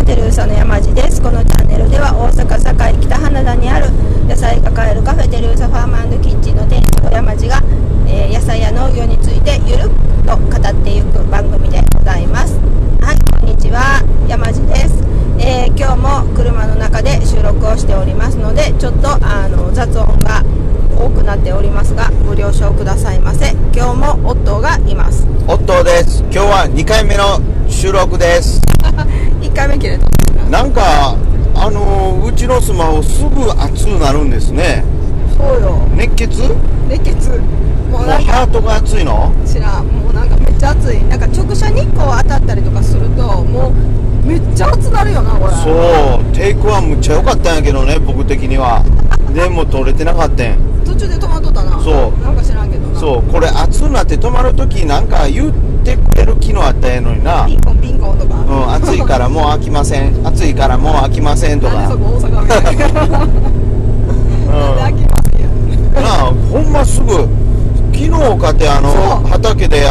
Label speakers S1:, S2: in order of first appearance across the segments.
S1: テルーサの山地です。このチャンネルでは大阪堺北花田にある野菜が買えるカフェテルーサファーム&キッチンの店長山地が、野菜や農業についてゆるっと語っていく番組でございます。はい、こんにちは、山地です。今日も車の中で収録をしておりますので、ちょっと雑音が多くなっておりますがご了承くださいませ。今日もオットーがいます。
S2: オットーです。今日は2回目の収録です。
S1: 1回目切れた。
S2: なんかうちのスマホすぐ熱くなるんですね。
S1: そうよ。
S2: 熱血
S1: もうなんか
S2: ハートが熱いの
S1: 知らん。もうなんかめっちゃ熱い。なんか直射日光当たったりとかするともうめっちゃ熱なるよなこれ。
S2: そう、テイクはむっちゃ良かったんやけどね、僕的には。でも撮れてなかったん。
S1: 途中で止まっとったな。
S2: そう
S1: なんか知らんけどな。
S2: そう、これ熱くなって止まるときなんか言ってくれる機能あったんやのにな。
S1: ピンコンピンコンとか。
S2: 暑いからもう飽きません、暑いからもう飽きませんとか。
S1: なんでそこ大阪みたいな。なんで飽きませんや。
S2: なあ、ほんますぐ昨日かて畑で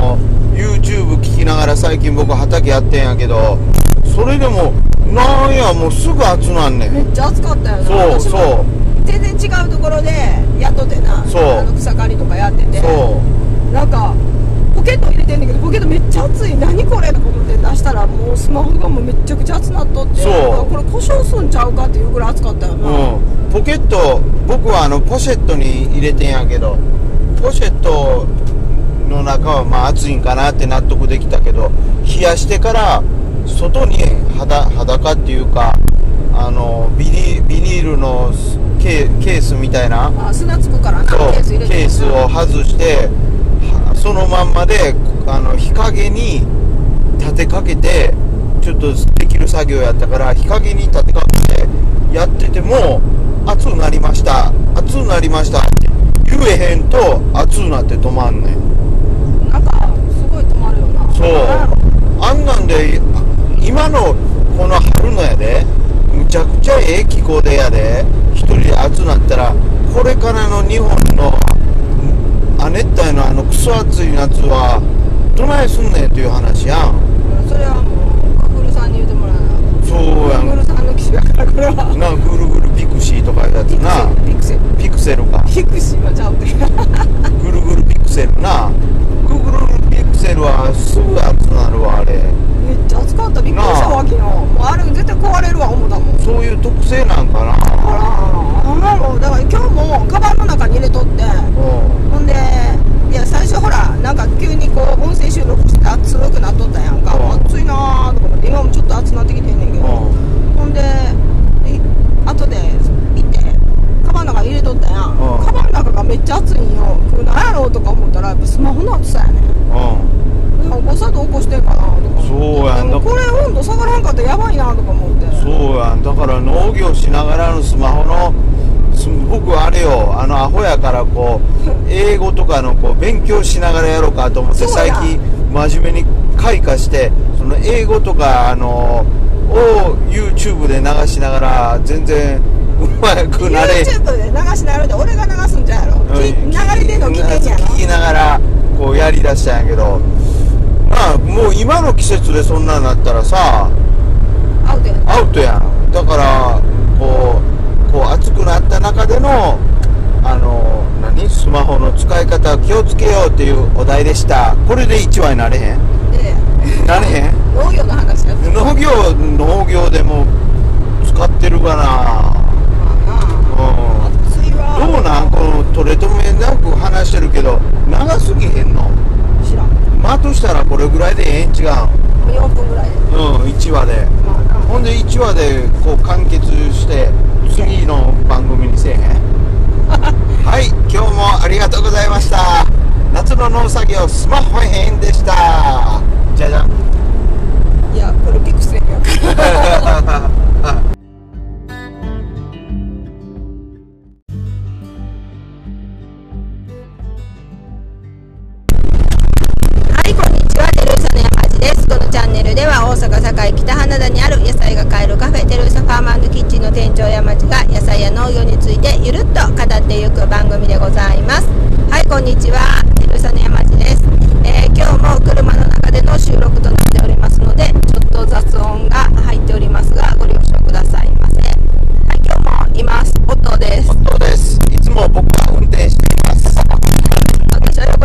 S2: YouTube 聞きながら最近僕畑やってんやけど、それでもなんやもうすぐ暑なんねん。
S1: めっちゃ暑かったよな。
S2: そうそう、
S1: 全然違うところでやっとってな。
S2: そう
S1: 草刈りとかやってて、
S2: そう
S1: なんかポケット入れてんだけどポケットめっちゃ熱い、何これと思って出したらもうスマホがもうめっちゃくちゃ熱なっとって、
S2: そう
S1: これ故障すんちゃうかっていうぐらい熱かったよな。
S2: ポケット、僕はポシェットに入れてんやけど、ポシェットの中はまあ暑いんかなって納得できたけど、冷やしてから外に裸っていうかビニールのケースみたいな、
S1: 砂つくからな。
S2: そう
S1: ケース入れて
S2: ケースを外してそのまんまで日陰に立てかけて、ちょっとできる作業やったから日陰に立てかけてやってても熱くなりました熱くなりましたって言えへんと熱くなって止まんねん。
S1: なんかすごい止まるよな。
S2: そう、あんなんで今のこの春のやでむちゃくちゃええ気候でやで一人で暑なったら、これからの日本の亜熱帯のクソ暑い夏はどないすんねんっていう話やん。
S1: それはもうカフルさんに言うてもらうな。
S2: そうやん。
S1: カフルさんの機種やからこれは
S2: な、ぐるぐるピクシーとかいうやつな。
S1: ピクセル
S2: ピクセルか。
S1: ピクシーはちゃうて。
S2: ぐるぐるピクセルな。ぐるぐるピクセルはすぐ暑なるわあれ。
S1: めっちゃ暑かった。びっくりしたわ昨日。もうあれ絶対壊れるわ思ったもん。
S2: そういう特性なんかな。
S1: もうだから今日もカバンの中に入れとって、ほんでいや最初ほらなんか急にこう音声収録して暑くなっとったやんか。暑いなーとか思って、今もちょっと暑くなってきてんねんけど、ほんで後で行ってカバンの中に入れとったやん。カバンの中がめっちゃ暑いんよ。これ何やろうとか思ったらやっぱスマホの暑さやねん。誤作動起こしてんかなとか思って。
S2: そうやん。
S1: でもこれ温度下がらんかったらやばいなとか思って。
S2: そうやん。だから農業しながらのスマホの、僕あれよ、アホやからこう英語とかのこう勉強しながらやろうかと思って最近真面目に開花して、その英語とかを YouTube で流しながら全然うまくなれ。
S1: YouTube で流しながらで俺が流すんじゃやろ。流れてんの聞いてんやろ。
S2: 聞きながらこうやりだしたんやけど、まあもう今の季節でそんなになったらさ
S1: アウトやん。
S2: アウトやん。だからこう暑くなった中でのスマホの使い方気をつけようっていうお題でした。これで1話になれへんなれへん。
S1: 農業の話やって。
S2: 農業でも使ってるかな。
S1: 暑いわ。
S2: どうなんこの取れ留めなく話してるけど長すぎへんの。
S1: 知らん。
S2: まあとしたらこれぐらいでええん違う。
S1: 4分ぐらいで。
S2: 1話で。ほんで1話でこう完結して次の番組にせえへん。はい、今日もありがとうございました。夏の農作業スマホ編でした。じゃじゃん。
S1: いやこれピクセルやからはい、こんにちは、テルーサの山地です。このチャンネルでは大阪堺北花田にある野菜が買えるカフェテルーサファーム&キッチンの店長山地が野菜や農業についてゆるっと語っていく番組でございます。はい、こんにちは、テルーサの山地です。今日も車の中での収録となっておりますのでちょっと雑音が入っております。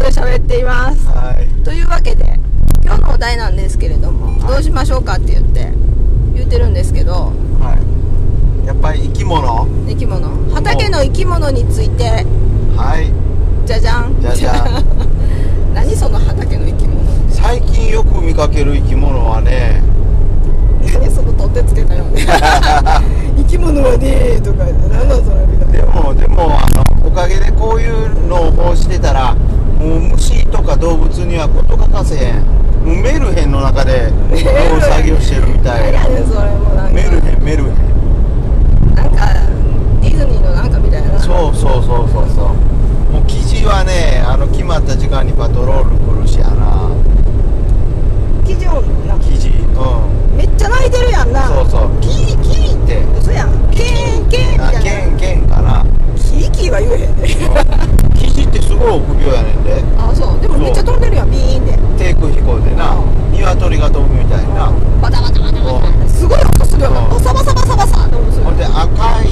S1: で喋っています。
S2: はい
S1: というわけで今日のお題なんですけれども、どうしましょうかって言ってるんですけど、
S2: はい、やっぱり生き物、
S1: 畑の生き物について、
S2: はい
S1: じゃじゃん
S2: じゃじゃん
S1: 何その畑の生き物、
S2: 最近よく見かける生き物はね、
S1: 何その取ってつけたよね生き物はねとか何だそれみたいな。
S2: でもおかげでこういうのをこうしてたら、もう虫とか動物にはこと欠かせへん。もうメルヘンの中で農作業してるみたい。
S1: 何やねんそれ、もうなんか
S2: メルヘン
S1: なんかディズニーのなんかみたいな。
S2: そうもう生地はね、決まった時間にパトロール来るしやな。
S1: 生地をな
S2: 生地、
S1: めっちゃ鳴いてるやんな。
S2: そうキーキーって
S1: 嘘やん。ケンケンみたいな。
S2: ケンかな。
S1: キーキーは言えへんね
S2: 生地ってすごい臆病やねんで。
S1: あ、そうでもめっちゃ飛んでるやん、ビーンで。
S2: 低空飛行でな、鶏が飛ぶみたいな。
S1: バタバタバタバタすごい音するよな。バサバサバサバサって音する。
S2: ほんで赤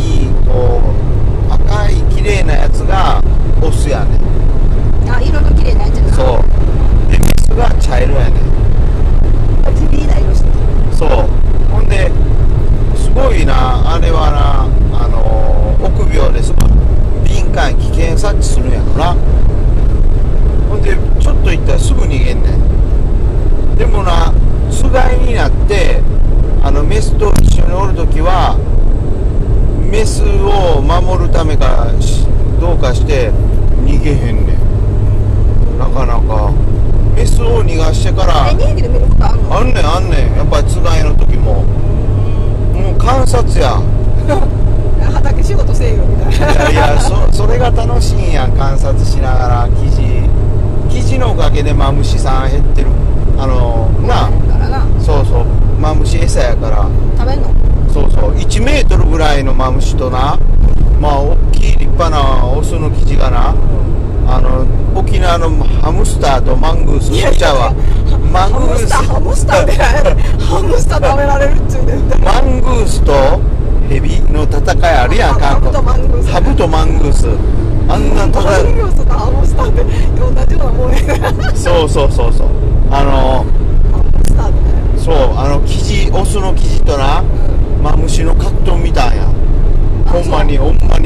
S2: い綺麗なやつがオスやねん。
S1: あ、色の綺麗なやつやな。
S2: そうでメスが茶色やねん。
S1: 地味な色してる。
S2: そうほんですごいな、あれはな、臆病ですごい敏感、危険察知するんやろな。ほんでちょっと行ったらすぐ逃げんねん。でもな、つがいになってメスと一緒におるときはメスを守るためかどうかして逃げへんねん。なかなかメスを逃がしてから
S1: 2匹で見ることあんの？
S2: あんねんやっぱりつがいの時ももう観察や
S1: 畑仕事せえよみたいな。
S2: いやそれが楽しいんやん。観察しながら生地のおかげでマムシさん減ってる。な
S1: からな。
S2: そうマムシ餌やから
S1: 食べんの？
S2: そう1メートルぐらいのマムシとな、まあ大きい立派なオスの生地がな、沖縄のハムスターとマングースちゃうわ。マングース
S1: ハムスターでハムスター食べられるっちゅうねん。
S2: マングースとヘビの戦いあるやんか。
S1: ハブとマングース。
S2: ハブとマングース。あんな
S1: マングースとハムスターって同じようなもんやね。
S2: そう
S1: ハムスターってね。
S2: そう生地、オスの生地とな、マムシの格闘みたいや。ほんまに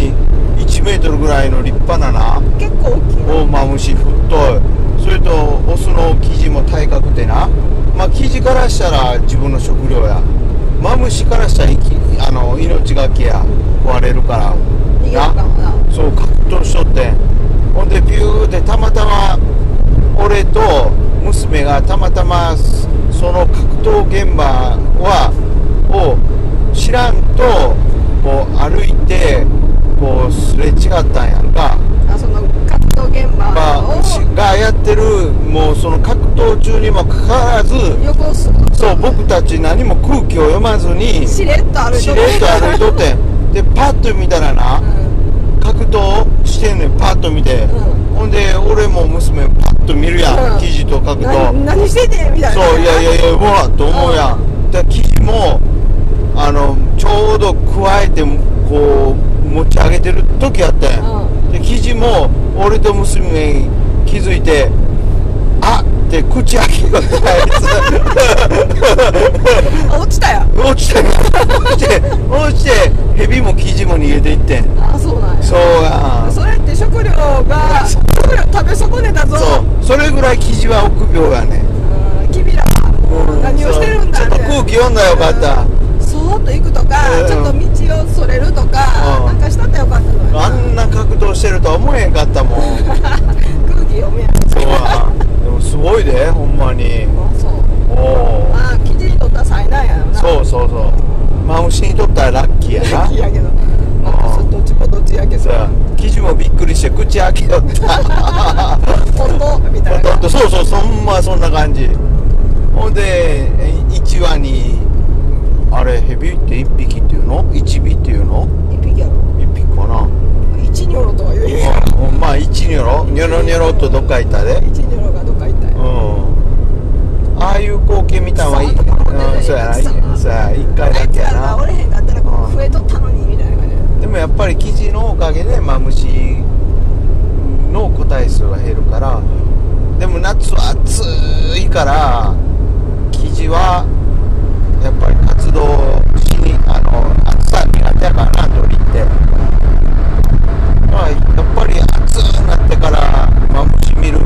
S2: 1メートルぐらいの立派なな、
S1: 結構大きいな。
S2: マムシ太い。それとオスの生地も体格てな、まあ生地からしたら自分の食料や、マムシからしたら命がけや、食われるから
S1: 逃げるかもな。
S2: そう格闘しとって、ほんでビューってたまたま俺と娘がたまたまその格闘現場を知らんとこう歩いてこうすれ違ったんやんか。
S1: その格闘現場
S2: がやってる、もうその格闘中にもかかわらず
S1: 横すぐ
S2: そう僕たち何も空気を読まずに
S1: しれっと歩い
S2: とってでパッと見たらな、格闘してんねん。パッと見て、ほんで俺も娘パッと見るやん、生地と格闘。
S1: 何しててみたいな。
S2: そういやうわっと思うやん。で生地もちょうど加えてこう持ち上げてる時あったやん。で生地も俺と娘に気づいてあって口開けよったやつ
S1: 落ちたやん。
S2: 落ちてヘビも生地も逃げていってん。
S1: そうなんや。
S2: そうやん。
S1: それって食料食べ損ねたぞ。
S2: それぐらい生地は臆病やね。
S1: 君らは何をしてるんだって。
S2: ちょっと空気読んだらよかった。
S1: そーっと行くとか、ちょっと道をそれるとか、なんかしたってよかったのよ。
S2: あんな格闘してるとは思えへんかったもん
S1: 空気読めやん。
S2: そうやん。でもすごいでほんまに。
S1: そう
S2: お
S1: ああ、生地にとったら災難やろな。
S2: そうマムシにとったらラッキーやな。
S1: ラッキーやけど、まあどっちもどっちやけど、
S2: 生地もびっくりして口開けよった
S1: 本当みたいな。
S2: そうそんな感じ。ほんで1羽にあれヘビって1匹っていうの1尾っていうの
S1: 1匹やろ。
S2: 1匹かな。
S1: 1ニョロとは言えへん。
S2: まあ1ニョロニョロニョロっとどっか行ったで。
S1: 1ニョロがどっか行ったよ。
S2: ああいう光景見たんはいい。そうやな。そうや1回だけやな。
S1: おれへんかったら増えとったのにみたいな感じ。
S2: でもやっぱり生地のおかげでマムシの個体数が減るから夏は暑いから生地はやっぱり活動しに暑さ苦手やからな鳥って。やっぱり暑くなってからマムシ見る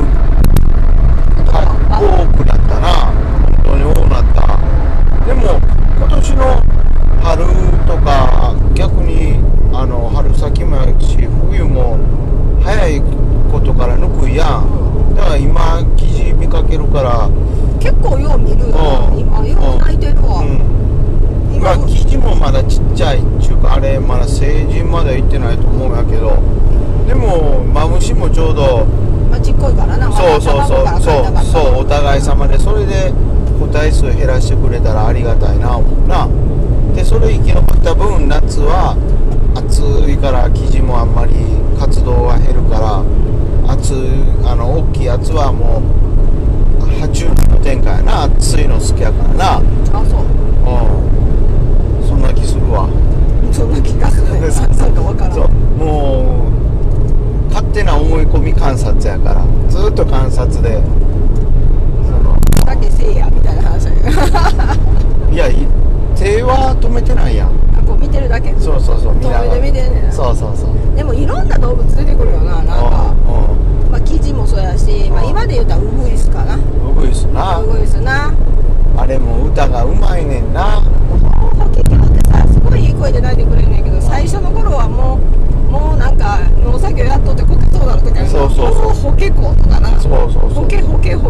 S2: 多くなったな。本当に多くなった。でも今年の春とか逆に春先もやし冬も早いことから抜くやん。だから今生地見かけるから
S1: 結構よう見るよ、今よう泣いてるわ、
S2: まあ生地もまだちっちゃいっていうかあれまだ成人まで行ってないと思うんやけど、でもマムシもちょうど
S1: まあちっこいからな、
S2: そうお互い様でそれで個体数減らしてくれたらありがたいな思うな。でそれ生き残った分夏は暑いから生地もあんまり活動が減るから大きいやつはもう爬虫類の天下やな。暑いの好きやからな。
S1: あ、そう、
S2: そんな気するわ。
S1: そんな気がするねなんか分からん。
S2: そうもう勝手な思い込み観察やからずっと観察で
S1: だけせいやみたいな話やけど
S2: いや手は止めてないやん。
S1: こう見てるだけ。
S2: そう見ながら
S1: 遠目で見てんねんな。
S2: そう
S1: でもいろんな動物出てくるよな、なんかまあ生地もそうやし、まあ今で言うたらウグイスかな。
S2: ウグイスな。
S1: ウグイスな。
S2: あれも歌がうまいねんな。
S1: 結局ってさ、すごいいい声で泣いてくれるねんけど、最初の頃はもうなんか農作業やっとってこけそうな時ある。
S2: そう
S1: ほけことかな。
S2: そう
S1: ほけ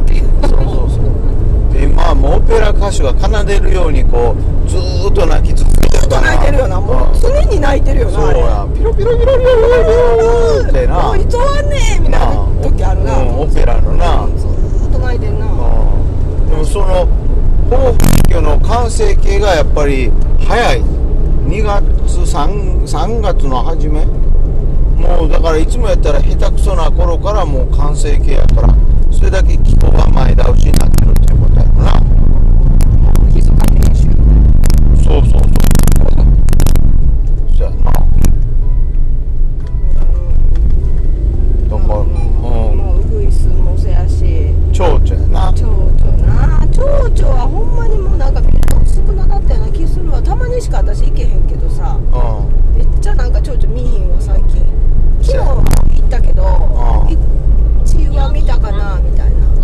S2: そうでまあもうオペラ歌手が奏でるようにこうずーっと泣き続けてるから。
S1: ずっと泣いてるよな。もう常に泣いてるよな。
S2: そうやピロピロピロピロピロってな。
S1: もういつ終わんねえみたいな時あるな。
S2: オペラのな。
S1: ずーっと泣いてんな。
S2: でもその宝富魚の完成形がやっぱり早い。2月3月の初めもうだからいつもやったら下手くそな頃からもう完成形やから、それだけ気候が前倒しになってるっていうことやろな。
S1: 密かに練習。
S2: そうやな。だから
S1: もうウグイスもそうやし、
S2: 蝶々やな。
S1: 蝶々はほんまにもうなんかみんな薄くなったような気するわ。たまにしか私行けへんけどさ、めっちゃなんか蝶々見ひんわ最近。昨日行ったけど、1話見たかなみたいな。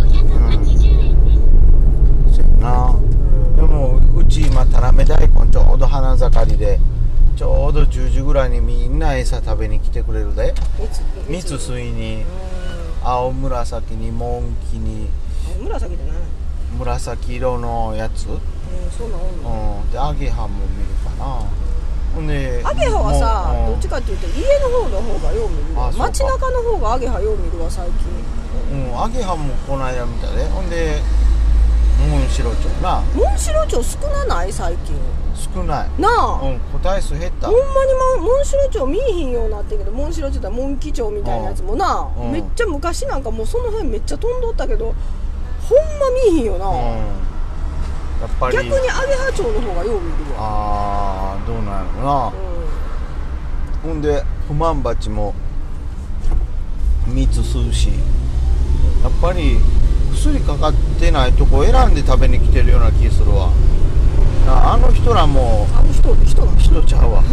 S2: そうやな。でもうち今タラメ大根ちょうど花盛りで、ちょうど10時ぐらいにみんな餌食べに来てくれるで。蜜吸いに青紫にモンキに
S1: 紫じゃない。
S2: 紫色のやつ、
S1: そうなの。
S2: でアゲハも見るかな。ほんで
S1: アゲハはさ、どっちかっていうと家の方がよう見るわ。街中の方がアゲハよう見るわ最近。
S2: アゲハもこの間見たで。ほんでモンシロチョウな。
S1: モンシロチョウ少なない最近。
S2: 少ない
S1: なあ。
S2: 個体数減った。
S1: ほんまにモンシロチョウ見えひんようになってんけど、モンシロチョウってモンキチョウみたいなやつもな、めっちゃ昔なんかもうその辺めっちゃ飛んどったけど、ほんま見えひんよな。
S2: やっぱり
S1: 逆にアゲハチョウの方がよう見るわ。
S2: どうなんやろな。ほんでフマンバチも蜜吸うし、やっぱり薬かかってないとこ選んで食べに来てるような気するわ。あの人らも人ちゃうわ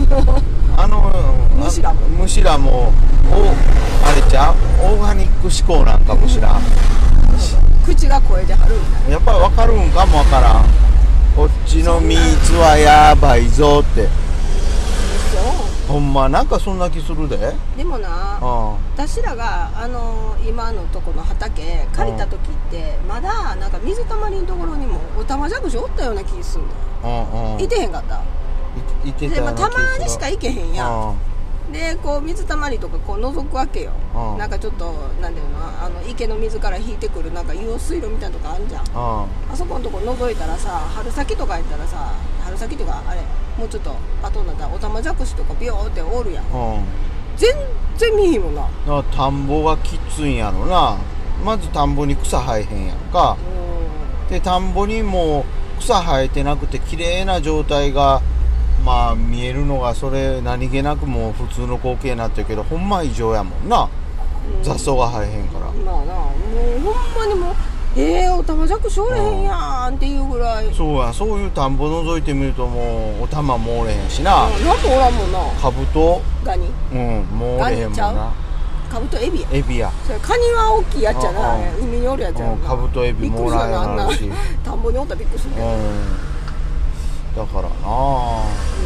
S2: 虫らもあれちゃうオーガニック志向なんかもしらん。
S1: 口が声で張るみたいな。
S2: やっぱり分かるんかもわからん。こっちの蜜はやばいぞって。ほんまなんかそんな気するで。
S1: でもな、私らが今のとこの畑借りた時ってまだなんか水たまりのところにもオタマジャクシおったような気すんの。いてへんかった。
S2: いてた
S1: で、
S2: ような気する。
S1: たまにしか行けへんやん。でこう水たまりとかこう覗くわけよ。なんかちょっとなんていうの、池の水から引いてくるなんか用水路みたいなとこあんじゃん。あそこのとこ覗いたらさ、春先とかやったらさ、春先っていうかあれもうちょっと後になったらオタマジャクシとかビヨーっておるやん。全然見ひんもんな。
S2: 田んぼがきついんやろな。まず田んぼに草生えへんやんか。で田んぼにも草生えてなくて綺麗な状態がまあ見えるのが、それ何気なくもう普通の光景になってるけど、ほんま異常やもんな。雑草が生えへんから。
S1: まあな、もうほんまにもう玉じゃくしおれへんやんっていうぐらい。
S2: そうや、そういう田んぼ覗いてみるともうお玉もおれへんしな。
S1: なんもおらんもんな。
S2: カブト、
S1: ガニ。
S2: もうおれへんもんな。
S1: カブトエビや。
S2: エビや。
S1: それカニは大きいやつやな。海におるやつやな。
S2: カブトエビもおらへんあるし。
S1: 田んぼにおったらびっくりするけど。
S2: だからな。
S1: でも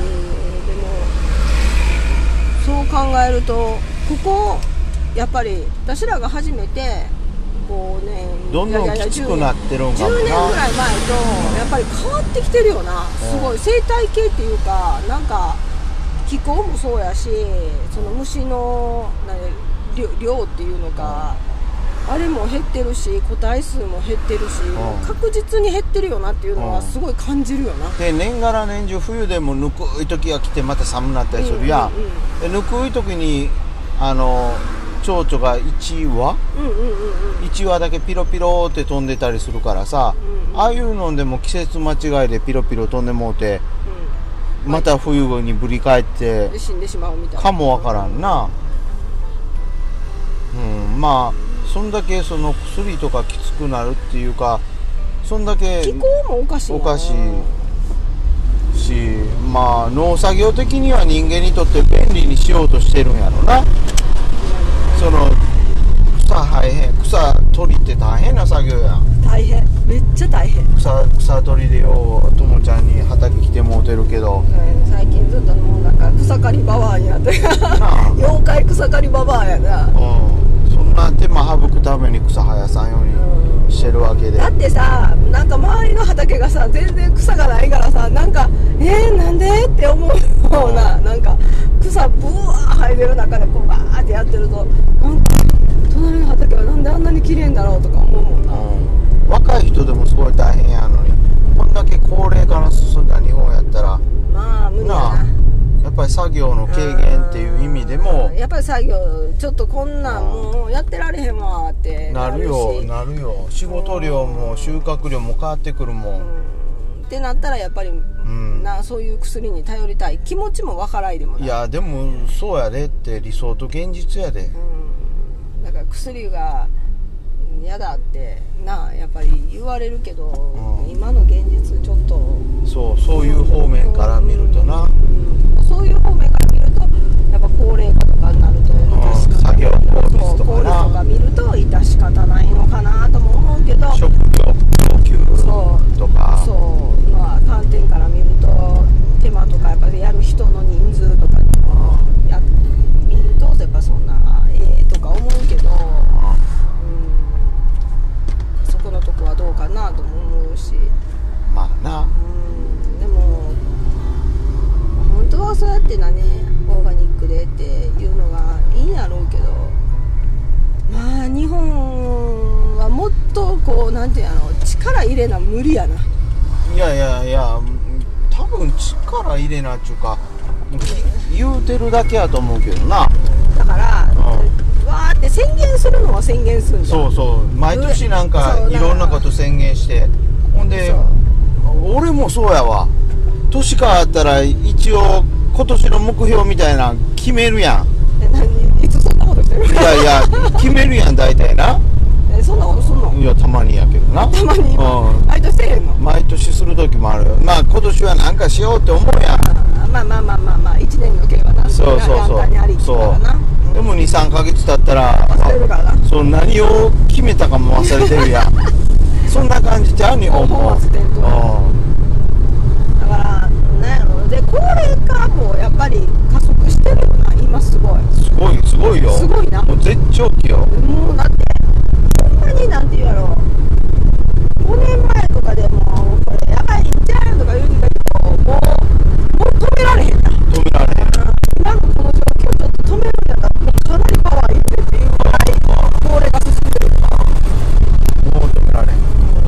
S1: そう考えるとここやっぱり私らが初めてこうね、
S2: どんどんきつくなってるんかもな。
S1: 10年ぐらい前とやっぱり変わってきてるよな。すごい生態系っていうか、なんか気候もそうやし、その虫の量っていうのか、あれも減ってるし、個体数も減ってるし、確実に減ってるよなっていうのはすごい感じるよな。
S2: で年がら年中冬でもぬくい時が来てまた寒なったりするやん。でぬくい時に蝶々が1羽、1羽だけピロピロって飛んでたりするからさ、ああいうのでも季節間違いでピロピロ飛んでもうて、また冬にぶり返って
S1: 死んでしまうみたいな
S2: かもわからんな。まあそんだけその薬とかきつくなるっていうか、そんだけ
S1: 気候もおかしい
S2: し、まあ農作業的には人間にとって便利にしようとしてるんやろな。その草取りって大変な作業やん。
S1: 大変、めっちゃ大変。
S2: 草取りでようともちゃんに畑来てもうてるけど、
S1: 最近ずっともうなんか草刈りババアになって妖怪草刈りババアやな。
S2: そんな手間省くために草生やさんようにしてるわけで、
S1: だってさ、なんか周りの畑がさ全然草がないからさ、なんかなんでって思うような、なんか草ブワー生えてる中でこうバーってやってると、なんか隣の畑はなんであんなに綺麗んだろうとか思うもんな。
S2: 若い人でもすごい大変やのに、こんだけ高齢化の進んだ日本やったら
S1: まあ無理やな。
S2: やっぱり作業の軽減っていう意味でも、
S1: やっぱり作業ちょっとこんなんもうやってられへんわって
S2: なるよ。仕事量も収穫量も変わってくるもん、
S1: ってなったらやっぱり、そういう薬に頼りたい気持ちもわからいでもない。
S2: いやでもそうやでって、理想と現実やで。
S1: だから薬が嫌だってやっぱり言われるけど、今の現実ちょっと
S2: そういう方面から見るとな、
S1: そういう方面から見るとやっぱ高齢化とかになると
S2: 作業効率とか
S1: とか見ると致し方ないのかなとも思うけど、
S2: 食料供給とか
S1: 観点から見ると手間とかやっぱりやる人の人数とか見るとやっぱそんなとか思うけど、そこのとこはどうかなとも思うし、
S2: まあな、
S1: でも本当はそうやってオーガニックでっていうのがいいんやろうけど、まあ日本はもっとこうなんていうの、力入れな無理やな。
S2: いや多分力入れなっちゅうか言うてるだけやと思うけどな。
S1: だから、わーって宣言するのは宣言するんじゃん。
S2: そう毎年なんかいろんなこと宣言して、ほんで俺もそうやわ。年変わったら一応今年の目標みたいな決めるやん。
S1: いつそんなことしてる？
S2: いや決めるやん大体な。
S1: そんなことすんの？
S2: いやたまにやけどな。
S1: たまに、毎年せえへんの？
S2: 毎年する時もあるよ。まあ今年はなんかしようって思うやん。
S1: まあ1年の計はなん
S2: そうでも 2,3 ヶ月経ったら
S1: 忘れるからな。
S2: 何を決めたかも忘れてるやんそんな感じちゃう日本も。
S1: だからで高齢化もやっぱり加速してるよな今。すごいよ。すごいな。
S2: もう絶頂期よ。
S1: もうだってほんまになんて言うやろ、5年前とかでもこれやばいんちゃうとか言うんだけど、もう止められへんな。今のこの状況ちょっと止めるんだったらもうかなりパワーいってっていうぐらい高齢化進んでる。
S2: もう止められへん。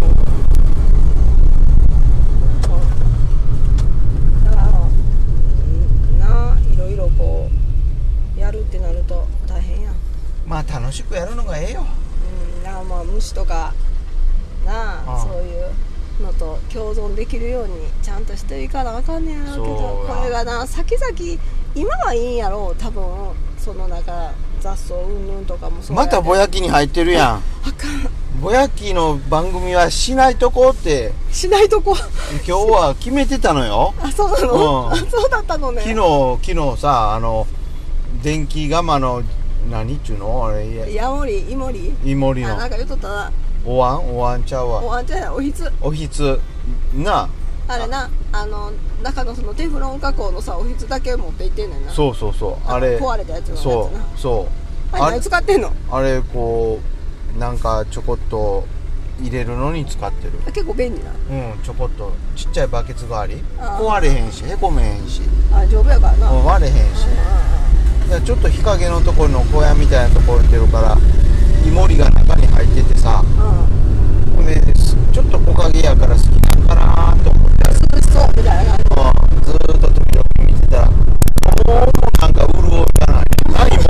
S1: だからいろいろこうやるってなると大変やん。
S2: まあ楽しくやるのがええよ。
S1: まあ虫とかそういうのと共存できるようにちゃんとしていかなあかんねやろうけど、これが先々今はいいんやろう多分。その雑草うんぬんとかもそうや
S2: またぼやきに入ってるやん。
S1: あかん。
S2: ぼやきの番組はしないとこって
S1: しないとこ
S2: 今日は決めてたのよ。
S1: あ、そうなの、
S2: うん
S1: あ、そうだったのね。
S2: 昨日さ電気釜の何っちゅうのあれ
S1: ヤモリ、イモリ、
S2: イモリの
S1: なんか言うとったな。
S2: おわんちゃうわ
S1: おわんちゃんや、おひつ。
S2: おひつな
S1: あれな、中のそのテフロン加工のさ、おひつだけ持っていってんねんな。
S2: そうあれ
S1: 壊れたやつのやつな。
S2: そう
S1: あれ何使ってんの？
S2: あれこうなんかちょこっと入れるのに使ってる。
S1: 結構便利な。
S2: うん、ちょこっとちっちゃいバケツ代わり
S1: あー
S2: 壊れへんしへこめへんし
S1: あ、丈夫やからな。
S2: 割れへんしでちょっと日陰のところの小屋みたいなところ置いてるからイモリが中に入っててさ、ほんでちょっと木陰やから好きなんかなと思って
S1: 涼しそうみたいな感じ。
S2: ずーっと時々見てたらどうもなんか潤いがないイモリ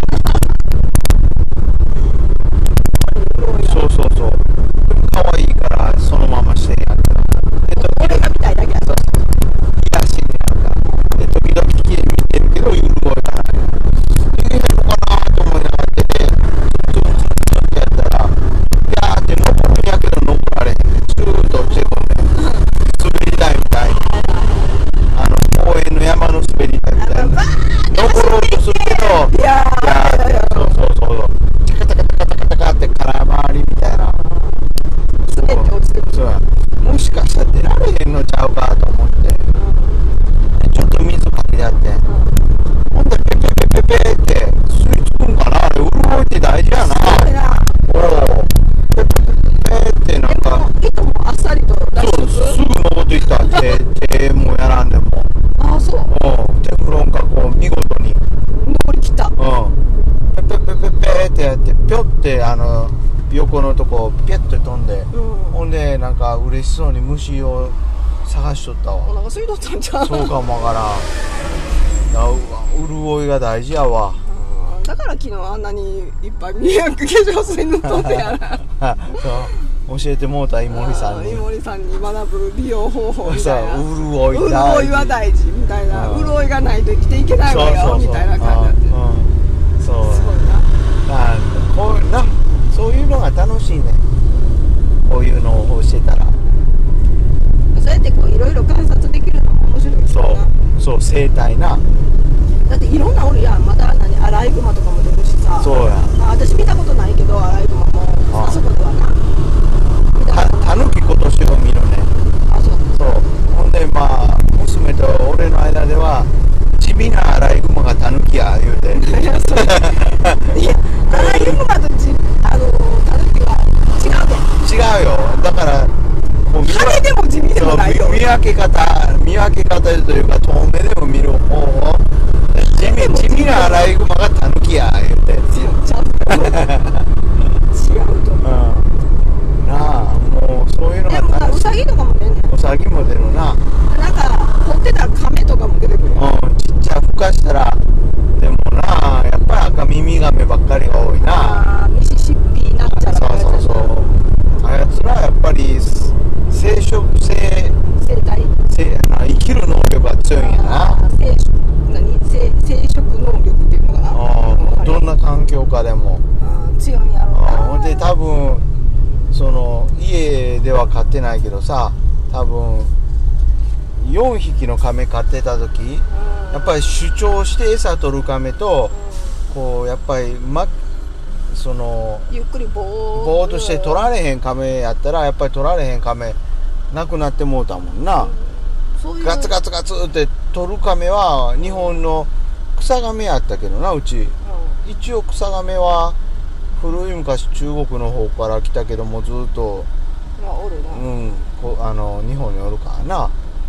S2: そう可愛いからそのまましてんやったら
S1: 俺が見たいだけやそう。
S2: 癒やしになったで時々きれいに見てるけど潤いがないできへんのかなと思いながらでツンってやったらギャーって残るんやけど残られへんでずーっと落ちてこんねん滑り台みたいに公園の山の滑り台みたいに残ろうとするけど
S1: いやー、
S2: そうチャカチャカチャカチャカチャカって空回りみたいな
S1: 滑って落ちてくる。
S2: そうやもしかしたら出られへんのちゃうかと思ってちょっと水かけてやってほんでペペペペペって吸い付くんかなあれ潤いって大事やな
S1: これな、
S2: おおペペペペペってなんか
S1: 糸もあっさりと出
S2: そう
S1: して
S2: すぐ登っていった手もやらんでも
S1: ああ、そう。
S2: テフロン加工見事に
S1: 登りきった。
S2: ペペペペペってやってぴょって横のとこピュッと飛んで、ほんでなんか嬉しそうに虫を探しとったわ。
S1: お腹空いとったんちゃう？
S2: そうかもわからん潤いが大事やわ
S1: だから昨日あんなにいっぱい迷惑化粧水塗っとってやな
S2: そう教えてもうたイモリさんに
S1: イモリさんに学ぶ美容方法み
S2: さ
S1: たいな
S2: 潤い
S1: 潤いは大事みたいな
S2: うん
S1: 潤いがないと生きていけないわよみたいな感じになって
S2: そう
S1: すごいな
S2: こういうなそういうのが楽しいねこういうのを教えたら
S1: そうやってこういろいろ観察できるのも面白いですよな
S2: そう生態な
S1: だっていろんなおるやんまたアライグマとかも出るしさ
S2: そうや
S1: 私見たことないけどアライグマもあそこではな見たこと
S2: たぬき今年を見るね
S1: あそう
S2: そうほんでまあ娘と俺の間では地味なアライグマがタヌキや言うて
S1: いやそれいやアライグマとタヌキは違うで
S2: 違うよだからもう
S1: 羽でも地味でもないよ
S2: 見分け方というか遠目でも見る方法地味なアライグマがタヌキや言うて
S1: ちゃんと違うと思う
S2: なあもうそういうのが
S1: でもさウサギとかも出んねん
S2: ウサギも出るな
S1: なんか掘ってたカメとかも出てくるよ
S2: ちっちゃふかしたらでもなやっぱり赤耳ガメばっかりが多いな
S1: ミシシッピなんちゃら
S2: そうあやつらやっぱり生殖性
S1: 生態
S2: 生きる能力が強いんやな
S1: 生殖能力っていうのかな
S2: どんな環境下でも
S1: 強いんやろうな
S2: ほんで多分その家では飼ってないけどさ多分4匹の亀飼ってた時やっぱり主張して餌取る亀とこうやっぱりその
S1: ゆっくりぼ
S2: ーっとして取られへん亀やったらやっぱり取られへん亀なくなってもうたもんなガツガツガツって取る亀は日本の草亀やったけどなうち一応草亀は古い昔中国の方から来たけどもずっと
S1: おるな
S2: 日本におるからな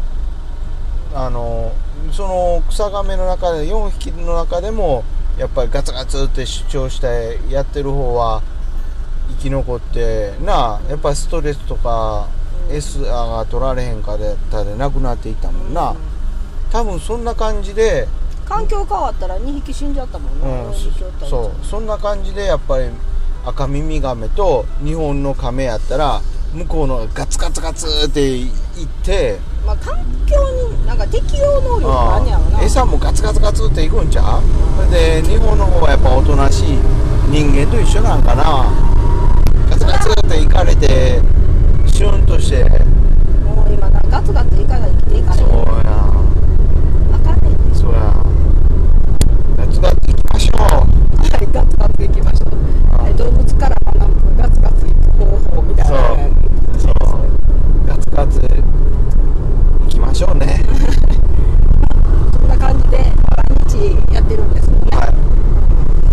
S2: その草亀の中で4匹の中でもやっぱりガツガツって主張してやってる方は生き残ってなやっぱりストレスとか餌が取られへんかったでなくなっていったもんな多分そんな感じで
S1: 環境変わったら2匹死んじゃったもんな
S2: そんな感じでやっぱり赤耳ガメと日本のカメやったら向こうのガツガツガツっていって
S1: まあ環境になんか適応能力があんねやろな
S2: 餌もガツガツガツっていくんちゃうで日本の方はやっぱおとなしい人間と一緒なんかなガガツガツと行かれてシュンとして。
S1: もう今ガツガツいかが生きていかれ
S2: そう
S1: へん。
S2: や
S1: あかんねんね。
S2: そうやガツガツ行きましょう。
S1: はい、ガツガツ行きましょう。はい、動物から学ぶガツガツ行く方法みたいな。
S2: そうガツガツ行きましょうね。
S1: そんな感じで毎日やってるんですよね。
S2: はい、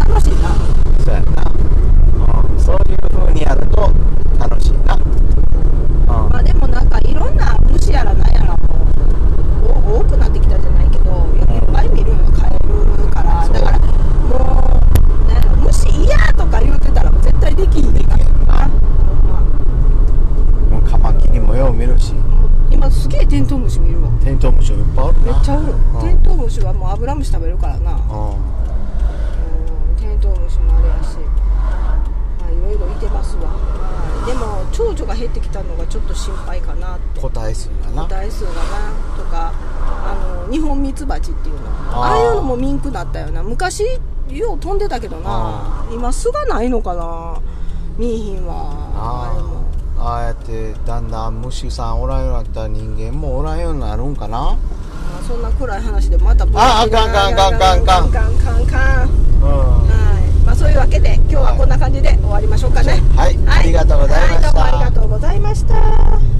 S1: 楽しいな。
S2: そうやな、そういう風にやると楽しいな。
S1: まあでもなんかいろんな虫やらなんやらも多くなってきたじゃないけど、いっぱい見るのカエルから、だからもうなんやろ、虫嫌とか言うてたら絶対できひんねんからな。
S2: もうカマキリもよう見るし、
S1: 今すげえテントウムシ見るわ。
S2: テントウムシもいっぱいあるな。
S1: めっちゃおる。テントウムシはもうアブラムシ食べるからな。テントウムシもあれやし、まあいろいろいてますわ。でも蝶々が減ってきたのがちょっと心配かなって。
S2: 個体数がな。
S1: 個体数がなとか、ニホンミツバチっていうの、ああいうのもミンクなったよな。昔よう飛んでたけどな、今巣がないのかな、見えひんわ。あれも
S2: ああやってだんだん虫さんおらんようになったら人間もおらんようになるんかな。
S1: そんな暗い話でまた
S2: あかんかんかんかんかんかん
S1: はい、まあそういうわけで今日はこんな感じで終わりましょうかね。
S2: はい、ありがとうございました。
S1: はい、どうもありがとうございました。